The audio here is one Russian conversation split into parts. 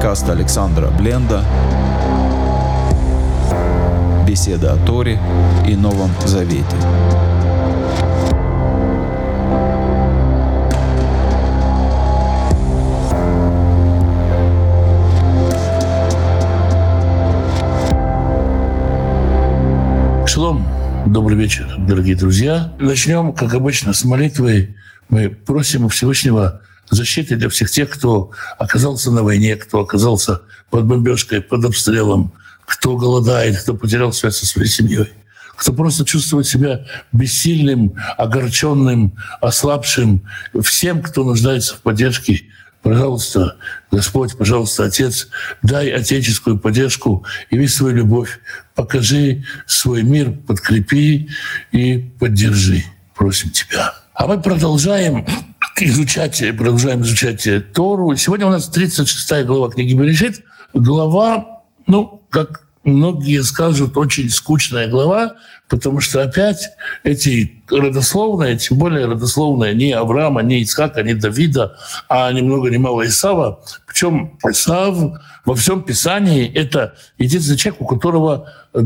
Подкаст Александра Бленда. Беседы о Торе и Новом Завете. Шалом, добрый вечер, дорогие друзья. Начнем, как обычно, с молитвы. Мы просим у Всевышнего защиты для всех тех, кто оказался на войне, кто оказался под бомбежкой, под обстрелом, кто голодает, кто потерял связь со своей семьей, кто просто чувствует себя бессильным, огорченным, ослабшим. Всем, кто нуждается в поддержке, пожалуйста, Господь, пожалуйста, Отец, дай отеческую поддержку, яви свою любовь, покажи свой мир, подкрепи и поддержи. Просим Тебя. А мы продолжаем изучать Тору. Сегодня у нас 36 глава книги Берешит. Глава, как многие скажут, очень скучная глава, потому что опять эти родословные, тем более родословные не Авраама, не Ицхака, не Давида, а ни много ни мало Исава. Причем Исав во всем Писании — это единственный человек, у которого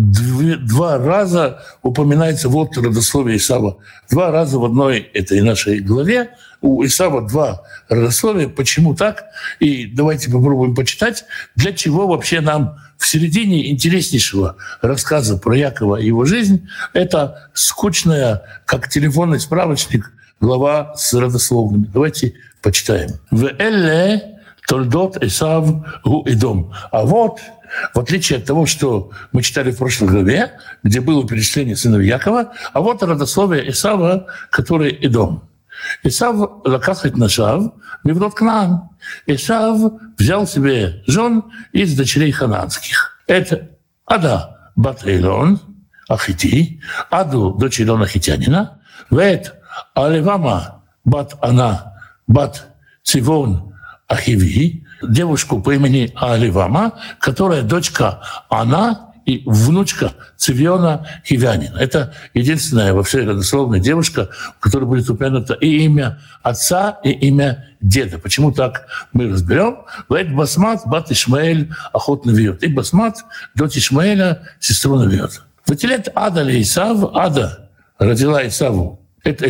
два раза упоминается вот родословие Исава. 2 раза в одной этой нашей главе. У Исава 2 родословия. Почему так? И давайте попробуем почитать, для чего вообще нам в середине интереснейшего рассказа про Якова и его жизнь это скучная, как телефонный справочник, глава с родословными. Давайте почитаем. «Вэлле толдот Исав гу Эдом». А вот, в отличие от того, что мы читали в прошлой главе, где было перечисление сынов Якова, а вот родословие Исава, который Эдом. Исав лаках эт нашав мивнот Кнаан. Исав взял себе жен из дочерей ханаанских. Это Ада бат Эйлон, Ахити, Аду, дочь Илона хитянина, вет Аливама бат Ана, бат Цивон Ахиви, девушку по имени Аливама, которая дочка Ана и внучка Цивиона Хивянина. Это единственная во всей родословной девушка, у которой будет упомянуто и имя отца, и имя деда. Почему так, мы разберем. Вэйт Басмат бат Ишмаэль охот навиот. И Басмат, дочь Ишмаэля, сестру навиот. Вателет Ада ли Исав, Ада родила Исаву. Это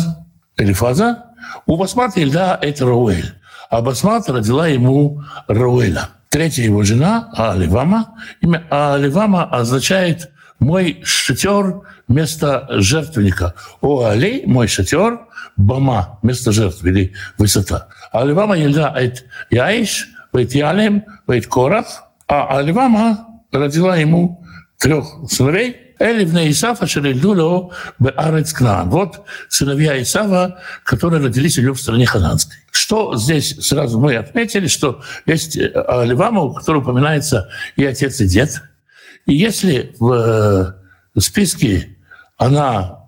Элифаза. У Басмата Ильда это Рауэль. А Басмат родила ему Рауэля. Третья его жена, Аливама. Имя Аливама означает «мой шатер» место жертвенника. О Али, мой шатер, Бама, место жертвы или высота. Аливама Ельда эт Яиш, вэйт Ялем, вэйт Корах. А Аливама родила ему 3 сыновей. Эливне Исав, Ашерельдуло, Беарец Кнаан. Вот сыновья Исава, которые родились у него в стране хананской. Что здесь сразу мы отметили, что есть Аливама, у которой упоминается и отец, и дед. И если в списке она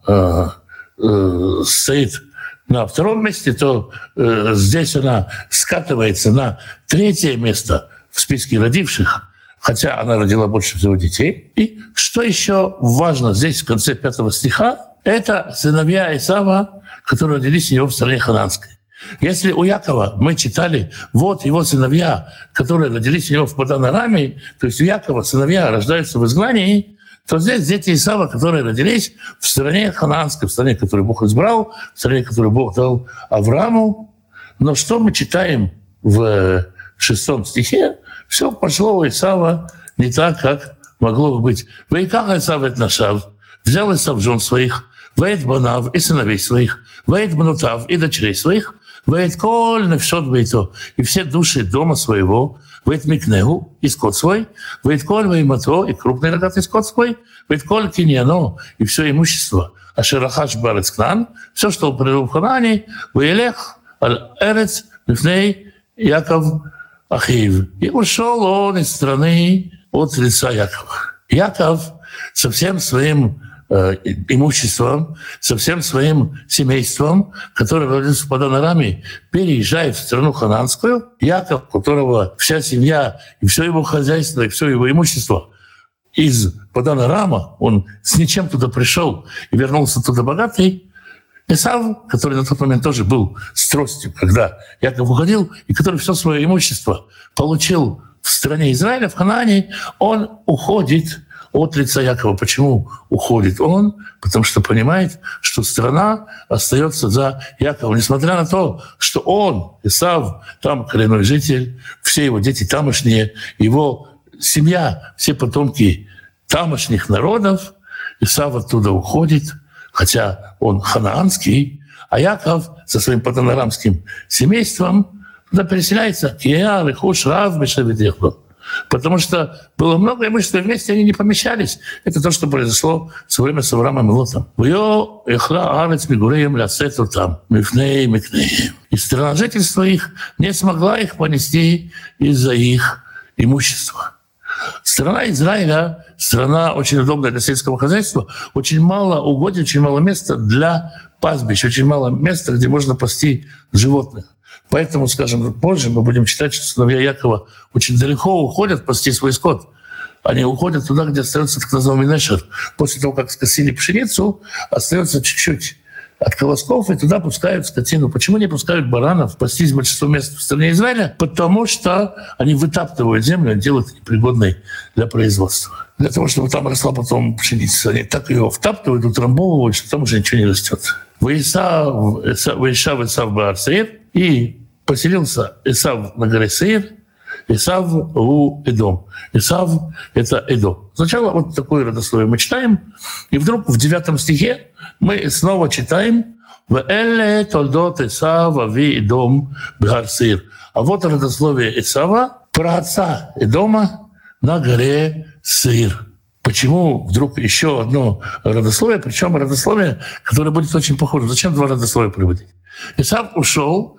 стоит на 2-м месте, то здесь она скатывается на 3-е место в списке родивших, хотя она родила больше всего детей. И что еще важно здесь, в конце 5 стиха, это сыновья Исава, которые родились у него в стране хананской. Если у Якова мы читали, вот его сыновья, которые родились у него в Падан-Араме, то есть у Якова сыновья рождаются в изгнании, то здесь дети Исава, которые родились в стране хананской, в стране, которую Бог избрал, в стране, которую Бог дал Аврааму. Но что мы читаем в 6 стихе? Все пошло у Исава не так, как могло бы быть. «Ваиках Исав эт нашав», взял Исав жен своих, «ваэт банав» и сыновей своих, «ваэт банутав» и дочерей своих, «ваэт коль навшот бейто» и все души дома своего, «ваэт микнегу» и скот свой, «ваэт коль ваимато» и крупный рогатый скот свой, «ваэт коль киньяно» и все имущество, «ашерахаш барец Кнаан», все, что он приобрел в Ханаане, «ваэлех аль-эрец лифней Яков Ахив». И ушел он из страны от лица Якова. Яков со всем своим имуществом, со всем своим семейством, которое родился в Падан-Араме, переезжает в страну хананскую. Яков, у которого вся семья и все его хозяйство, и все его имущество из Падан-Арама, он с ничем туда пришел и вернулся туда богатый. Исав, который на тот момент тоже был с тростью, когда Яков уходил, и который все свое имущество получил в стране Израиля, в Ханаане, он уходит от лица Якова. Почему уходит он? Потому что понимает, что страна остается за Яковом. Несмотря на то, что он, Исав, там коренной житель, все его дети тамошние, его семья, все потомки тамошних народов, Исав оттуда уходит, хотя он ханаанский, а Яков со своим патанарамским семейством туда переселяется. Потому что было много имущества, вместе они не помещались. Это то, что произошло в время с Авраамом и Лотом. И страна жительства их не смогла их понести из-за их имущества. Страна Израиля, страна очень удобная для сельского хозяйства, очень мало угодий, очень мало места для пастбищ, очень мало места, где можно пасти животных. Поэтому, скажем, позже мы будем читать, что сыновья Якова очень далеко уходят пасти свой скот. Они уходят туда, где остается так называемый нешер. После того, как скосили пшеницу, остается чуть-чуть от колосков, и туда пускают скотину. Почему не пускают баранов пастись большинство мест в стране Израиля? Потому что они вытаптывают землю, делают ее непригодной для производства. Для того, чтобы там росла потом пшеница. Они так ее втаптывают, утрамбовывают, что там уже ничего не растет. Исав баар Сеир, и поселился Исав на горе Сеир, Исав у Эдом. Исав — это Эдом. Сначала вот такое родословие мы читаем, и вдруг в 9 стихе мы снова читаем «Вэлле толдот Исав ави Эдом бгар Сеир». А вот родословие Исава, праотца Эдома на горе Сеир. Почему вдруг еще одно родословие, причем родословие, которое будет очень похоже? Зачем 2 родословия приводить? Исав ушел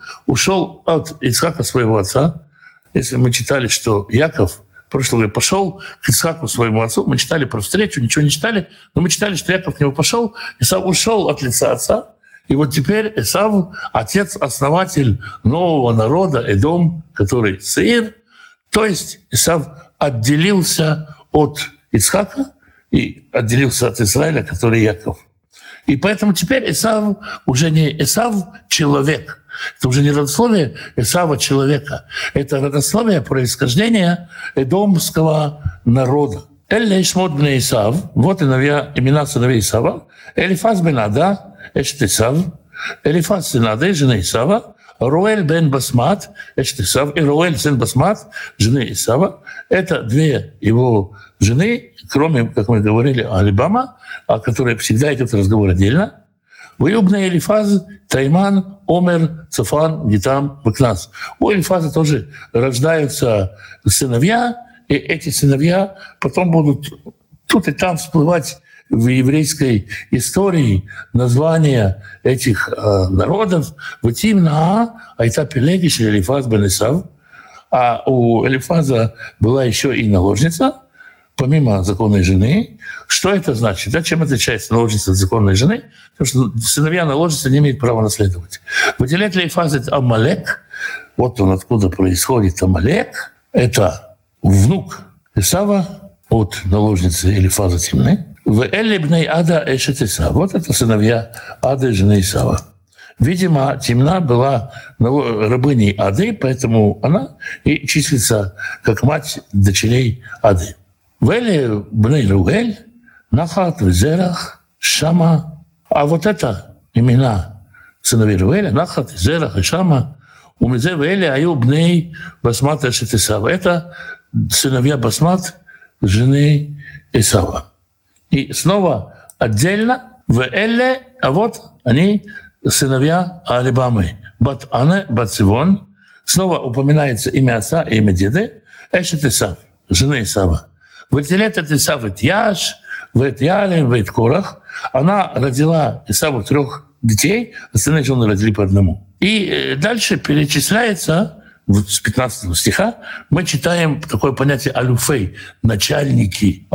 от Ицхака, своего отца. Если мы читали, что Яков в прошлом году пошел к Ицхаку, своему отцу, мы читали про встречу, ничего не читали, но мы читали, что Яков к нему пошел, Исав ушел от лица отца, и вот теперь Исав — отец-основатель нового народа, Эдом, который Сеир, то есть Исав отделился от Ицхака и отделился от Израиля, который Яков. И поэтому теперь Исав уже не Исав человек. Это уже не родословие Исава человека. Это родословие происхождения эдомского народа. Эль Ишмот бен Исав, вот имена сыновей Исава. Элифаз бен Ада, эшет Исав. Элифаз сын Ады, жена Исава. Руэль бен Басмат, эшет Исав. И Руэль сын Басмат, жены Исава. Это 2 его жены, кроме, как мы говорили, Алибама, о которой всегда идет разговор отдельно. Выюбный Элифаз, Тайман, Омер, Цафан, Гитам, Бакнас. У Элифаза тоже рождаются сыновья, и эти сыновья потом будут тут и там всплывать в еврейской истории названия этих народов. Вот именно Айта Пелегиш, Элифаз бен Исав. А у Элифаза была еще и наложница, помимо законной жены. Что это значит? Да, чем отличается наложница от законной жены? Потому что сыновья наложницы не имеют права наследовать. Выделяет Элифаз — это Амалек. Вот он откуда происходит Амалек. Это внук Исава от наложницы Элифаза Тимны. В Элибней Ада эшет Исав. Вот это сыновья Ады, жены Исава. Видимо, Тимна была рабыней Ады, поэтому она и числится как мать дочерей Ады. Вели бней Руэль, Нахат, Зерах, Шама. А вот это имена сыновей Руэля, Нахат, Зерах и Шама. У Мизе Вели аю бней Басмат эшет Исава. Это сыновья Басмат, жены Исава. И снова отдельно в Элле, а вот они сыновья Алибамы. Бат Ане, Бат Сивон. Снова упоминается имя отца и имя деда. Эшет Исав, жена Исава. Вытелет от Исава Тьяш, Вет Ялем, Вет Корах. Она родила Исаву 3 детей, остальные жены родили по одному. И дальше перечисляется, с 15 стиха, мы читаем такое понятие алюфей, начальники.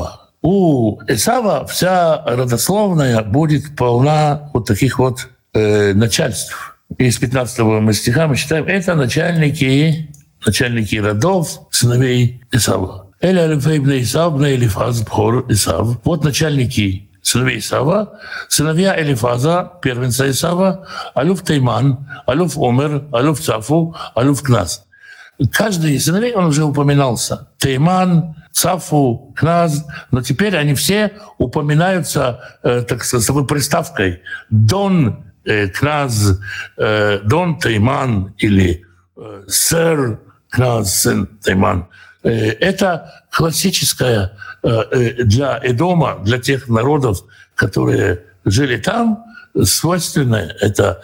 У Исава вся родословная будет полна вот таких вот начальств. И с 15 стиха мы читаем, это начальники родов сыновей Исава. Эль алюфей бне Исав, бне Элифаз, бхор Исав. Вот начальники сыновей Исава, сыновья Элифаза, первенца Исава, алюф Тейман, алюф Омер, алюф Цафу, алюф Кназ. Каждый из сыновей, он уже упоминался. Тейман, Цафу, Кназ, но теперь они все упоминаются так сказать, с такой приставкой Дон Кназ, Дон Тейман или Сэр Кназ, сын Тейман. Это классическая для Эдома, для тех народов, которые жили там, свойственное это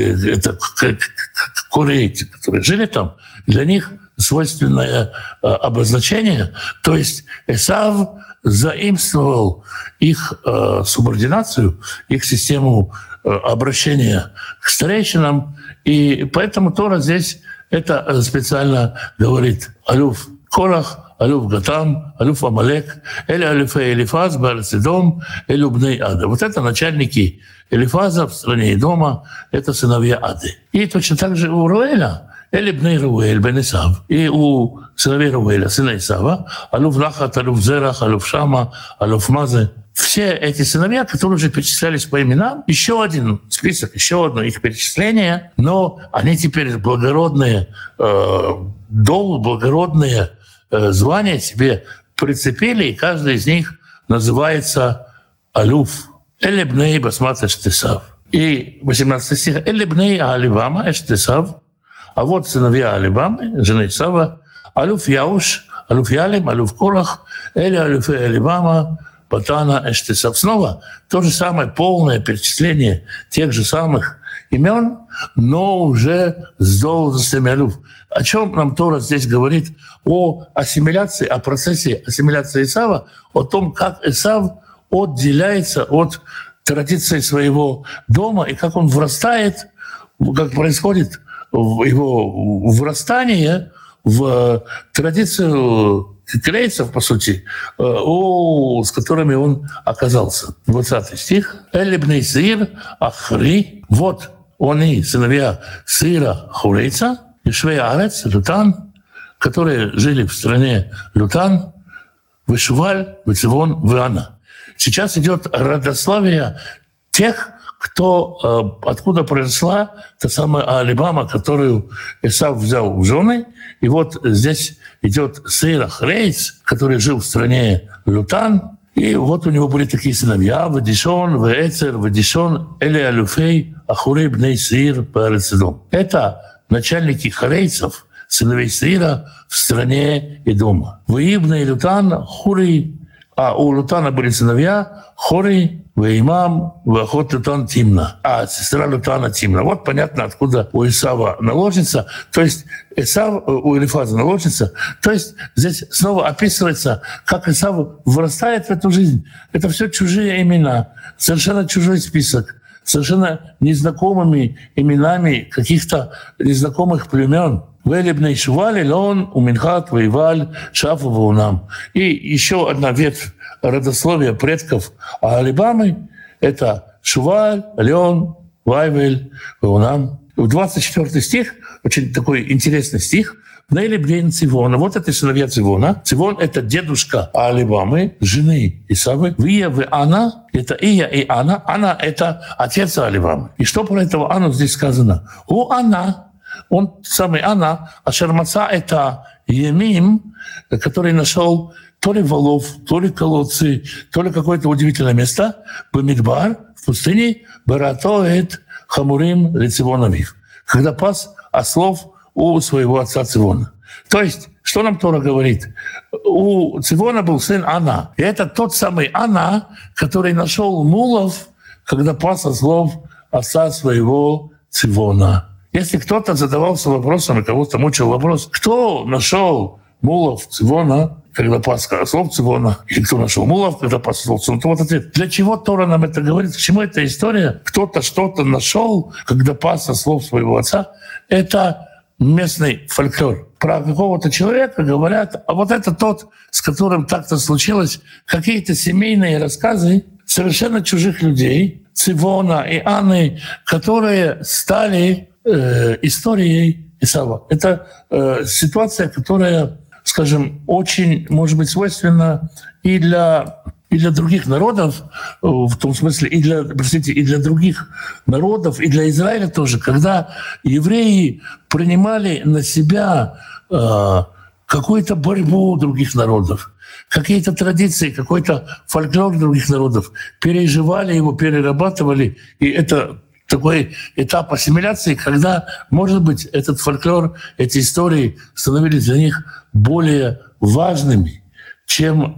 корейцы, которые жили там, для них свойственное обозначение. То есть Эсав заимствовал их субординацию, их систему обращения к старейшинам, и поэтому Тора здесь это специально говорит. Алюф Корах, алюф Гатам, алюф Амалек, или алюфе Элифаз, Баарцедом, или бней Ада. Вот это начальники Элифаза в стране Эдома, это сыновья Ады. И точно так же у Руэля, или бней Руэль, бен Исав, и у сыновей Руэля, сына Исава, алюф Лахат, алюф Зерах, алюф Шама, алюф Мазе. Все эти сыновья, которые уже перечислялись по именам, еще один список, еще одно их перечисление, но они теперь благородные, благородные звания себе прицепили, и каждый из них называется алюф. Элебней басмат эштесав. И 18 стих. Элебней аливама эштесав. А вот сыновья Алибамы, жены Исава, алюф Яуш, алюф Ялим, алюф Корах, или алюф Алибама, Батана эштесав. Снова то же самое полное перечисление тех же самых имен, но уже с должностями алюф. О чем нам Тора здесь говорит? О ассимиляции, о процессе ассимиляции Исава, о том, как Исав отделяется от традиции своего дома и как он вырастает, как происходит его вырастание в традицию корейцев, по сути, с которыми он оказался. 20 стих. «Элибней Сир Ахри». Вот они, сыновья Сира Хурейца, и Швей-Арец, Лютан, которые жили в стране Лютан, Вышваль, Вецивон, Виана. Сейчас идет родословие тех, откуда произошла та самая Алибама, которую Исав взял в жены. И вот здесь идет Сира Хрейц, который жил в стране Лютан. И вот у него были такие сыновья: Вадишон, Ваэцер, Вадишон, Эли Алюфей, Ахурей бней Сир, Баарцедом. Это начальники хорейцев, сыновей Сира в стране Эдома. Ваибна и Лютан, Хури, а у Лютана были сыновья Хори, Ваимам, Вахот Лютан Тимна, а сестра Лютана Тимна. Вот понятно, откуда у Исава наложница, то есть у Элифаза наложница. То есть здесь снова описывается, как Исав вырастает в эту жизнь. Это все чужие имена, совершенно чужой список, совершенно незнакомыми именами каких-то незнакомых племен. Велебней Шуваль, Леон, Уминхат, Ваиваль, Шафу, Ваунам. И еще одна ветвь родословия предков Алибамы — это Шуваль, Леон, Вайвель, Ваунам. 24 стих, очень такой интересный стих. Наилебней Цивона. Вот это сыновья Цивона. Цивон — это дедушка Алибамы, жены Исавы. Вия в Ана — это Ия и Ана. Ана — это отец Алибамы. И что про этого Ану здесь сказано? У Ана, он самый Ана, а Шармаца — это Емим, который нашел то ли валов, то ли колодцы, то ли какое-то удивительное место, Бамидбар, в пустыне, Баратоэт Хамурим Лецивонавив, когда пас ослов у своего отца Цивона. То есть, что нам Тора говорит? У Цивона был сын Ана. И это тот самый Ана, который нашел мулов, когда пас ослов отца своего Цивона. Если кто-то задавался вопросом, и кого-то мучил вопрос, кто нашел мулов Цивона, когда пас ослов Цивона, или кто нашел мулов, когда пас ослов Цивона, то вот ответ. Для чего Тора нам это говорит? К чему эта история? Кто-то что-то нашел, когда пас ослов своего отца. Это местный фольклор. Про какого-то человека говорят, а вот это тот, с которым так-то случилось, какие-то семейные рассказы совершенно чужих людей, Цивона и Анны, которые стали историей Исава. Это ситуация, которая, скажем, очень, может быть, свойственна и для и для других народов, в том смысле, и для других народов, и для Израиля тоже, когда евреи принимали на себя какую-то борьбу других народов, какие-то традиции, какой-то фольклор других народов, переживали его, перерабатывали, и это такой этап ассимиляции, когда, может быть, этот фольклор, эти истории становились для них более важными, чем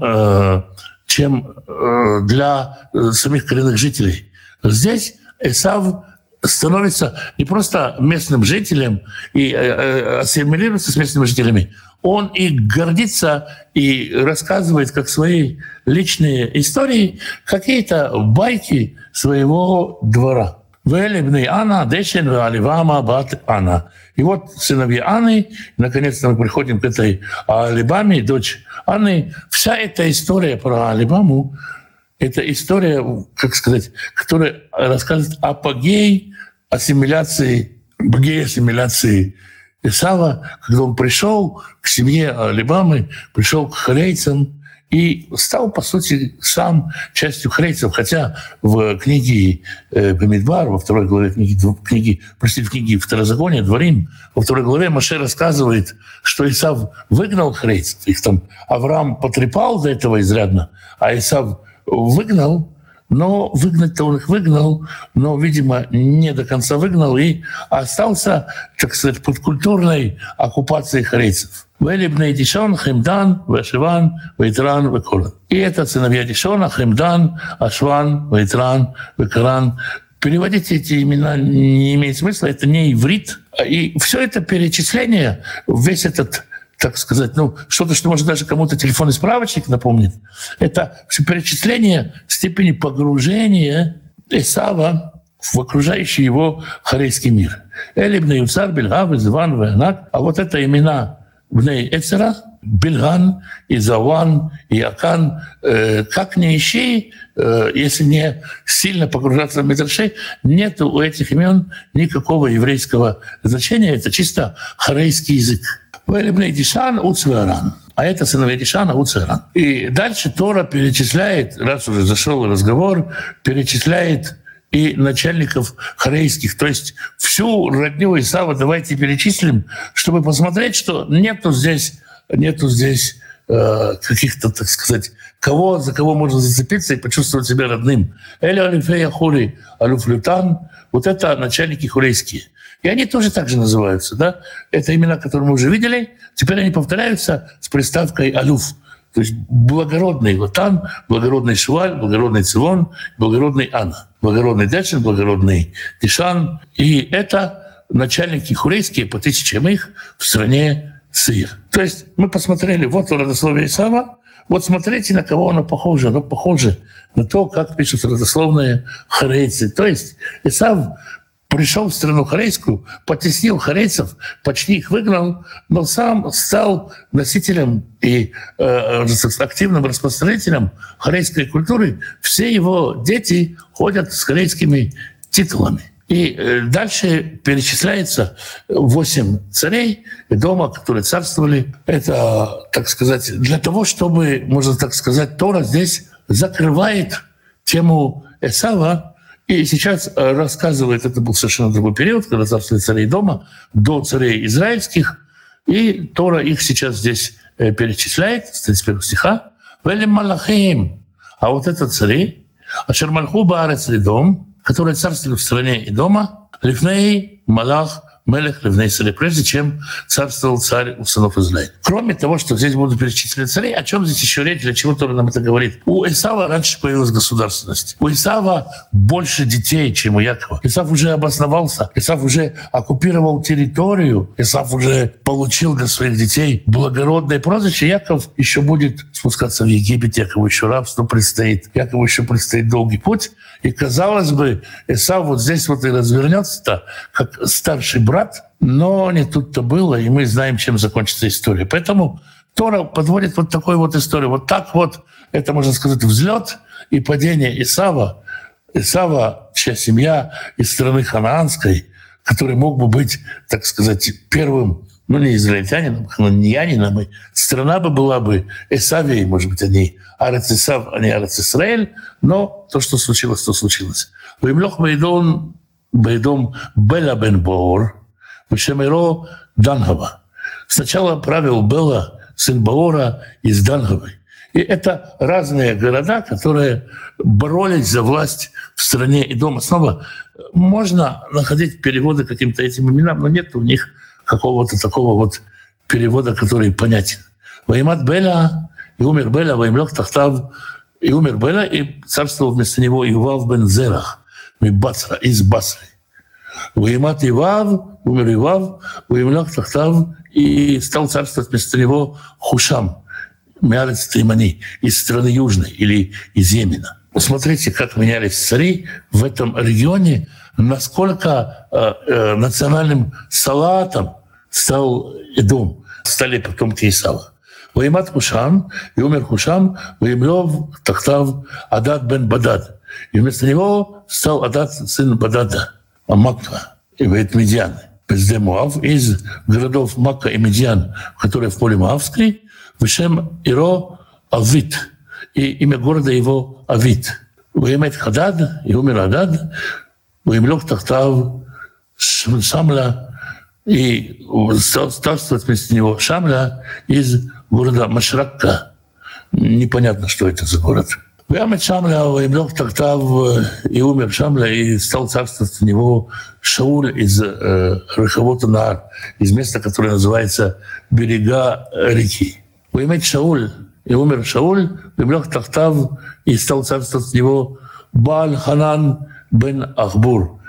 для самих коренных жителей. Здесь Эсав становится не просто местным жителем и ассимилируется с местными жителями, он и гордится, и рассказывает как свои личные истории, какие-то байки своего двора. «Велебны Анна, Дешен, Аливама, Бат Анна». И вот сыновья Анны, наконец-то мы приходим к этой Алибаме, дочь Анны. Вся эта история про Алибаму, это история, как сказать, которая рассказывает апогей ассимиляции Исава, когда он пришел к семье Алибамы, пришел к харейцам и стал, по сути, сам частью харейцев. Хотя в книге Бамидбар, во второй главе книги Второзакония, Дворим, во второй главе Моше рассказывает, что Исав выгнал харейцев. Их там Авраам потрепал до этого изрядно, а Исав выгнал. Но выгнать-то он их выгнал, но, видимо, не до конца выгнал и остался, так сказать, под культурной оккупацией харейцев. «Велибней Дишон, Хемдан, Вашиван, Вейтран, Векоран». И это сыновья Дишона, Хемдан, Ашван, Вейтран, Векоран. Переводить эти имена не имеет смысла, это не иврит. И все это перечисление, весь этот, так сказать, что-то, что может даже кому-то телефонный справочник напомнит, это все перечисление степени погружения Эсава в окружающий его харейский мир. Элибный Юцар, Бельгав, Изван, Венак. А вот это имена Бней Эцера, Бельган, и Заван, и Акан, как ни ищи, если не сильно погружаться в Мидрашей, нет у этих имен никакого еврейского значения. Это чисто харейский язык. Велибней Дишан, Уцвеаран. А это сыновья Дишана, Уцвеаран. И дальше Тора перечисляет, раз уже зашел разговор, перечисляет и начальников харейских, то есть всю родню Исава давайте перечислим, чтобы посмотреть, что нету здесь каких-то, так сказать, за кого можно зацепиться и почувствовать себя родным. Эли Алифея Хури, Алюфлютан, вот это начальники хурейские. И они тоже так же называются, да? Это имена, которые мы уже видели, теперь они повторяются с приставкой «алюф». То есть благородный Латан, благородный Шуаль, благородный Цивон, благородный Анна, благородный Дешин, благородный Дишан. И это начальники хурейские, по тысячам их, в стране Сир. То есть мы посмотрели, вот родословие Исава, вот смотрите, на кого оно похоже. Оно похоже на то, как пишут родословные харейцы. То есть Исав пришел в страну харейскую, потеснил харейцев, почти их выгнал, но сам стал носителем и активным распространителем харейской культуры. Все его дети ходят с харейскими титулами. И дальше перечисляется 8 царей дома, которые царствовали. Это, так сказать, для того, чтобы, можно так сказать, Тора здесь закрывает тему Эсава. И сейчас рассказывает, это был совершенно другой период, когда царствовали царей дома, до царей израильских. И Тора их сейчас здесь перечисляет, с 31 стиха. «Велем малахим». А вот это цари, «Ашер мальху баарец лидом», которые царствовали в стране и дома, «Лифней малах Мелех Ливней Израиль», прежде чем царствовал царь у сынов Израиля. Кроме того, что здесь будут перечислены цари, о чем здесь еще речь, для чего Тора нам это говорит? У Исава раньше появилась государственность. У Исава больше детей, чем у Якова. Исав уже обосновался, Исав уже оккупировал территорию, Исав уже получил для своих детей благородное прозвище. Яков еще будет спускаться в Египет, Якову еще рабство предстоит, Якову еще предстоит долгий путь. И, казалось бы, Исав вот здесь вот и развернется-то, как старший брат, но не тут-то было, и мы знаем, чем закончится история. Поэтому Тора подводит вот такую вот историю. Вот так вот, это, можно сказать, взлет и падение Исава, чья семья из страны ханаанской, который мог бы быть, так сказать, первым ну, не израильтянином, хананьянином, и страна бы была бы Эсавией, может быть, они Арец Исав, а не Арец Исраэль, но то, что случилось, то случилось. «Ваимлох Бейдом Бела бен Боор, Вешемеро Данхава». Сначала правил Бела, сын Баора, из Данхавы. И это разные города, которые боролись за власть в стране Эдома. Снова можно находить переводы каким-то этим именам, но нет у них какого-то такого вот перевода, который понятен. «Ваимат Бела, и умер Бела, Ваимлох Тахтав, и умер Бела, и царствовал вместо него Ивав бен Зерах, Бацра, из Басры. Ваимат Ивав, умер Ивав, Ваимлох Тахтав, и стал царствовать вместо него Хушам, Мярец Таймани, из страны Южной или из Йемена. Посмотрите, как менялись цари в этом регионе, насколько национальным салатом стал Эдом, стали потомки Исава. Ваимат Хушам, и умер Хушам, Ваимлов Тахтав Адад бен Бадад. И вместо него стал Адад, сын Бадада, Макка и Вейт-Медиан. Муав, из городов Макка и Медиан, которые в поле Моавской, Вишем Иро Авит, и имя города его Авит. Ваимет Хадад, и умер Адад, Ваимлох Тахтав Шамла, и стал царствовать вместо него Шамля из города Машракка. Непонятно, что это за город. Ваимет Шамля, Ваимлох Тахтав, и умер Шамля, и стал царствовать у него Шауль из Рехавота Наар, из места, которое называется Берега реки. Ваимет Шауль, и умер Шауль, Ваимлох Тахтав, и стал царствовать у него Бааль-Ханан бен Ахбур.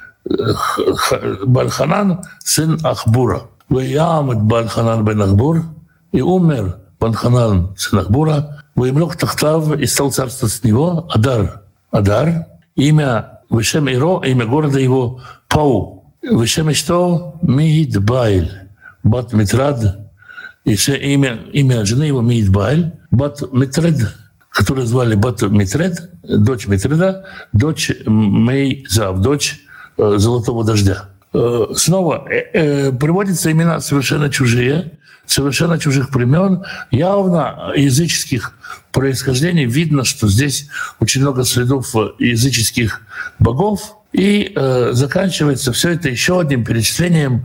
Бааль-Ханан, сын Ахбура. Ваямет Бааль-Ханан бен Ахбур, и умер Бааль-Ханан, сын Ахбура. Ваимлох Тахтав, и стал царствовать с него Адар. Адар, имя Вишем Иро, имя города его Пау. Вишем что? Мидбайль, Бат Митрад, и имя жены его Мидбайль, Бат Митред, которую звали Бат Митред, дочь Митреда, дочь Мейзав, дочь Золотого дождя. Снова приводятся имена совершенно чужие, совершенно чужих племен, явно языческих происхождений. Видно, что здесь очень много следов языческих богов. И заканчивается все это еще одним перечислением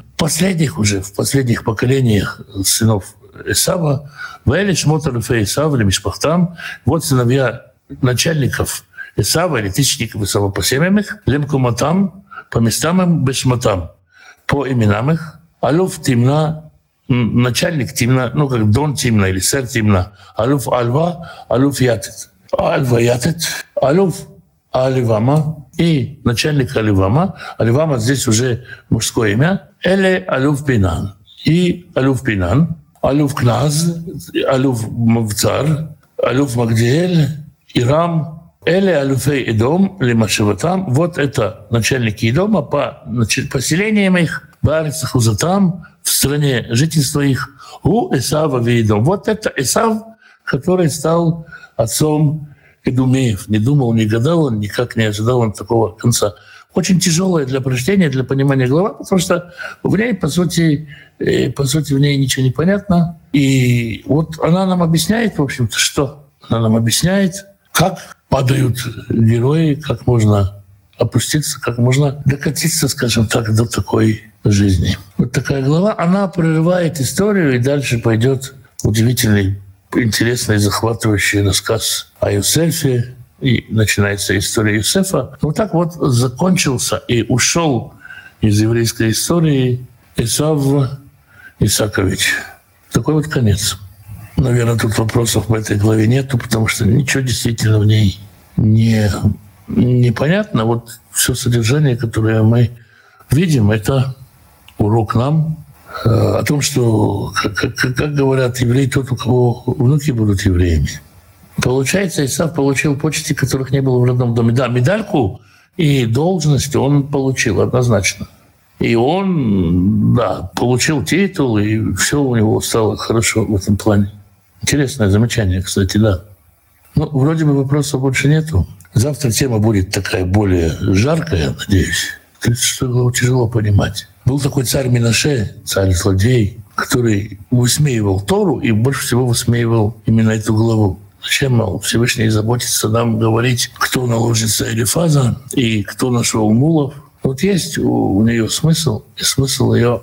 в последних поколениях сынов Исава. «Ваэли шмота лефе Исав лемишпахтам». Вот сыновья начальников Исава или тысячников Исава по семьям их, лемкуматам, по местам им, бешматам, по именам их. Алуф Тимна, начальник Тимна, ну как Дон Тимна или сэр Тимна. Алуф Альва, Алуф Ятет. Альва Ятет, Алуф Аливама и начальник Аливама. Аливама здесь уже мужское имя. Эле Алуф Пинан. И Алуф Пинан, Алуф Кназ, Алуф Мавцар, Алуф Магдиэль, Ирам, Эле Алуфей Эдом, Лимашеватам. Вот это начальники Эдома по поселениям их, Барицах Узатам, в стране жительства их, у Эсава Вейдом. Вот это Эсав, который стал отцом Эдумеев. Не думал, не гадал, он никак не ожидал он такого конца. Очень тяжелая для прочтения, для понимания глава, потому что в ней, по сути, в ней ничего не понятно. И вот она нам объясняет, в общем-то, что? Она нам объясняет, как падают герои, как можно опуститься, как можно докатиться, скажем так, до такой жизни. Вот такая глава, она прерывает историю, и дальше пойдет удивительный, интересный, захватывающий рассказ о Юсефе, и начинается история Юсефа. Вот так вот закончился и ушел из еврейской истории Исав Исакович. Такой вот конец. Наверное, тут вопросов в этой главе нету, потому что ничего действительно в ней непонятно. Вот все содержание, которое мы видим, это урок нам о том, что, как говорят евреи, тот, у кого внуки будут евреями. Получается, Исав получил почести, которых не было в родном доме. Да, медальку и должность он получил однозначно. И он, да, получил титул, и все у него стало хорошо в этом плане. Интересное замечание, кстати, да. Ну, вроде бы вопросов больше нету. Завтра тема будет такая более жаркая, надеюсь. Что тяжело понимать. Был такой царь Минаше, царь-злодей, который который высмеивал Тору и больше всего высмеивал именно эту главу. Зачем, мол, Всевышний заботится нам говорить, кто наложница Элифаза и кто нашел мулов. Вот есть у нее смысл, и смысл ее,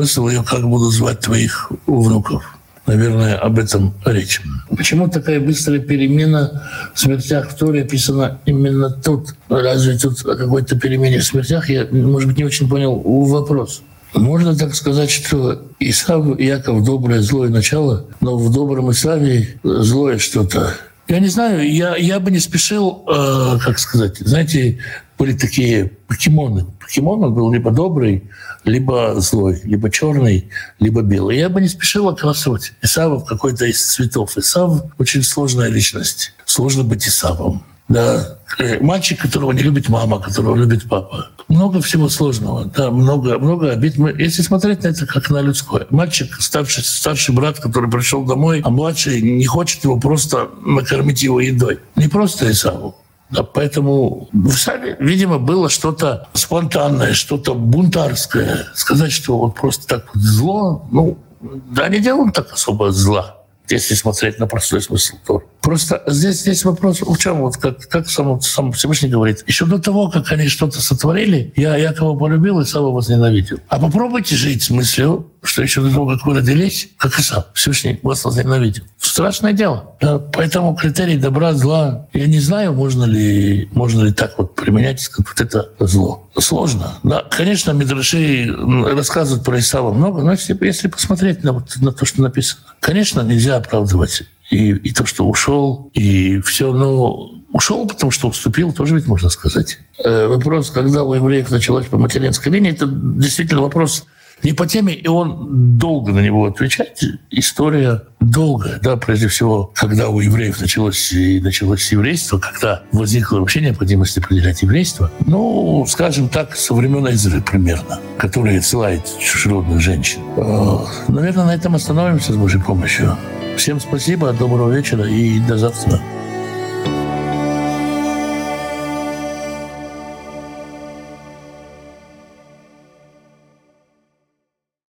как буду звать твоих внуков. Наверное, об этом речь. Почему такая быстрая перемена в смертях в Торе описана именно тут? Разве тут о какой-то перемене в смертях? Я, может быть, не очень понял вопрос. Можно так сказать, что Исав и Яков — доброе, злое начало, но в добром Исаве злое что-то. Я не знаю, я бы не спешил, как сказать, знаете, были такие покемоны. Покемон он был либо добрый, либо злой, либо черный, либо белый. Я бы не спешил окрашивать Исава в какой-то из цветов. Исав — очень сложная личность. Сложно быть Исавом. Да, мальчик, которого не любит мама, которого любит папа. Много всего сложного, да, много обид. Если смотреть на это как на людское. Мальчик, старший брат, который пришел домой, а младший не хочет его просто накормить его едой. Не просто Исаву. Да, поэтому в Исаве, видимо, было что-то спонтанное, что-то бунтарское. Сказать, что вот просто так вот зло, да, не делаем так особо зла, если смотреть на простой смысл Торы. Просто здесь вопрос в чем? Вот как сам Всевышний говорит. Еще до того, как они что-то сотворили, я Якова полюбил, и Исава возненавидел. А попробуйте жить с мыслью, что еще до того, как вы родились, как Исав, Всевышний вас возненавидел. Страшное дело. Да, поэтому критерий добра, зла, я не знаю, можно ли так вот применять, как вот это зло. Сложно. Да, конечно, мидраши рассказывают про Исава много, но если посмотреть на то, что написано, конечно, нельзя оправдывать и то, что ушел, и все, но ушел, потому что уступил, тоже ведь можно сказать. Вопрос, когда у евреев началась по материнской линии, это действительно вопрос не по теме, и он долго на него отвечать. История долгая, да, прежде всего, когда у евреев началось еврейство, когда возникла вообще необходимость определять еврейство. Скажем так, со времен Эзры примерно, который отсылает чужеродных женщин. Наверное, на этом остановимся с Божьей помощью. Всем спасибо, доброго вечера и до завтра.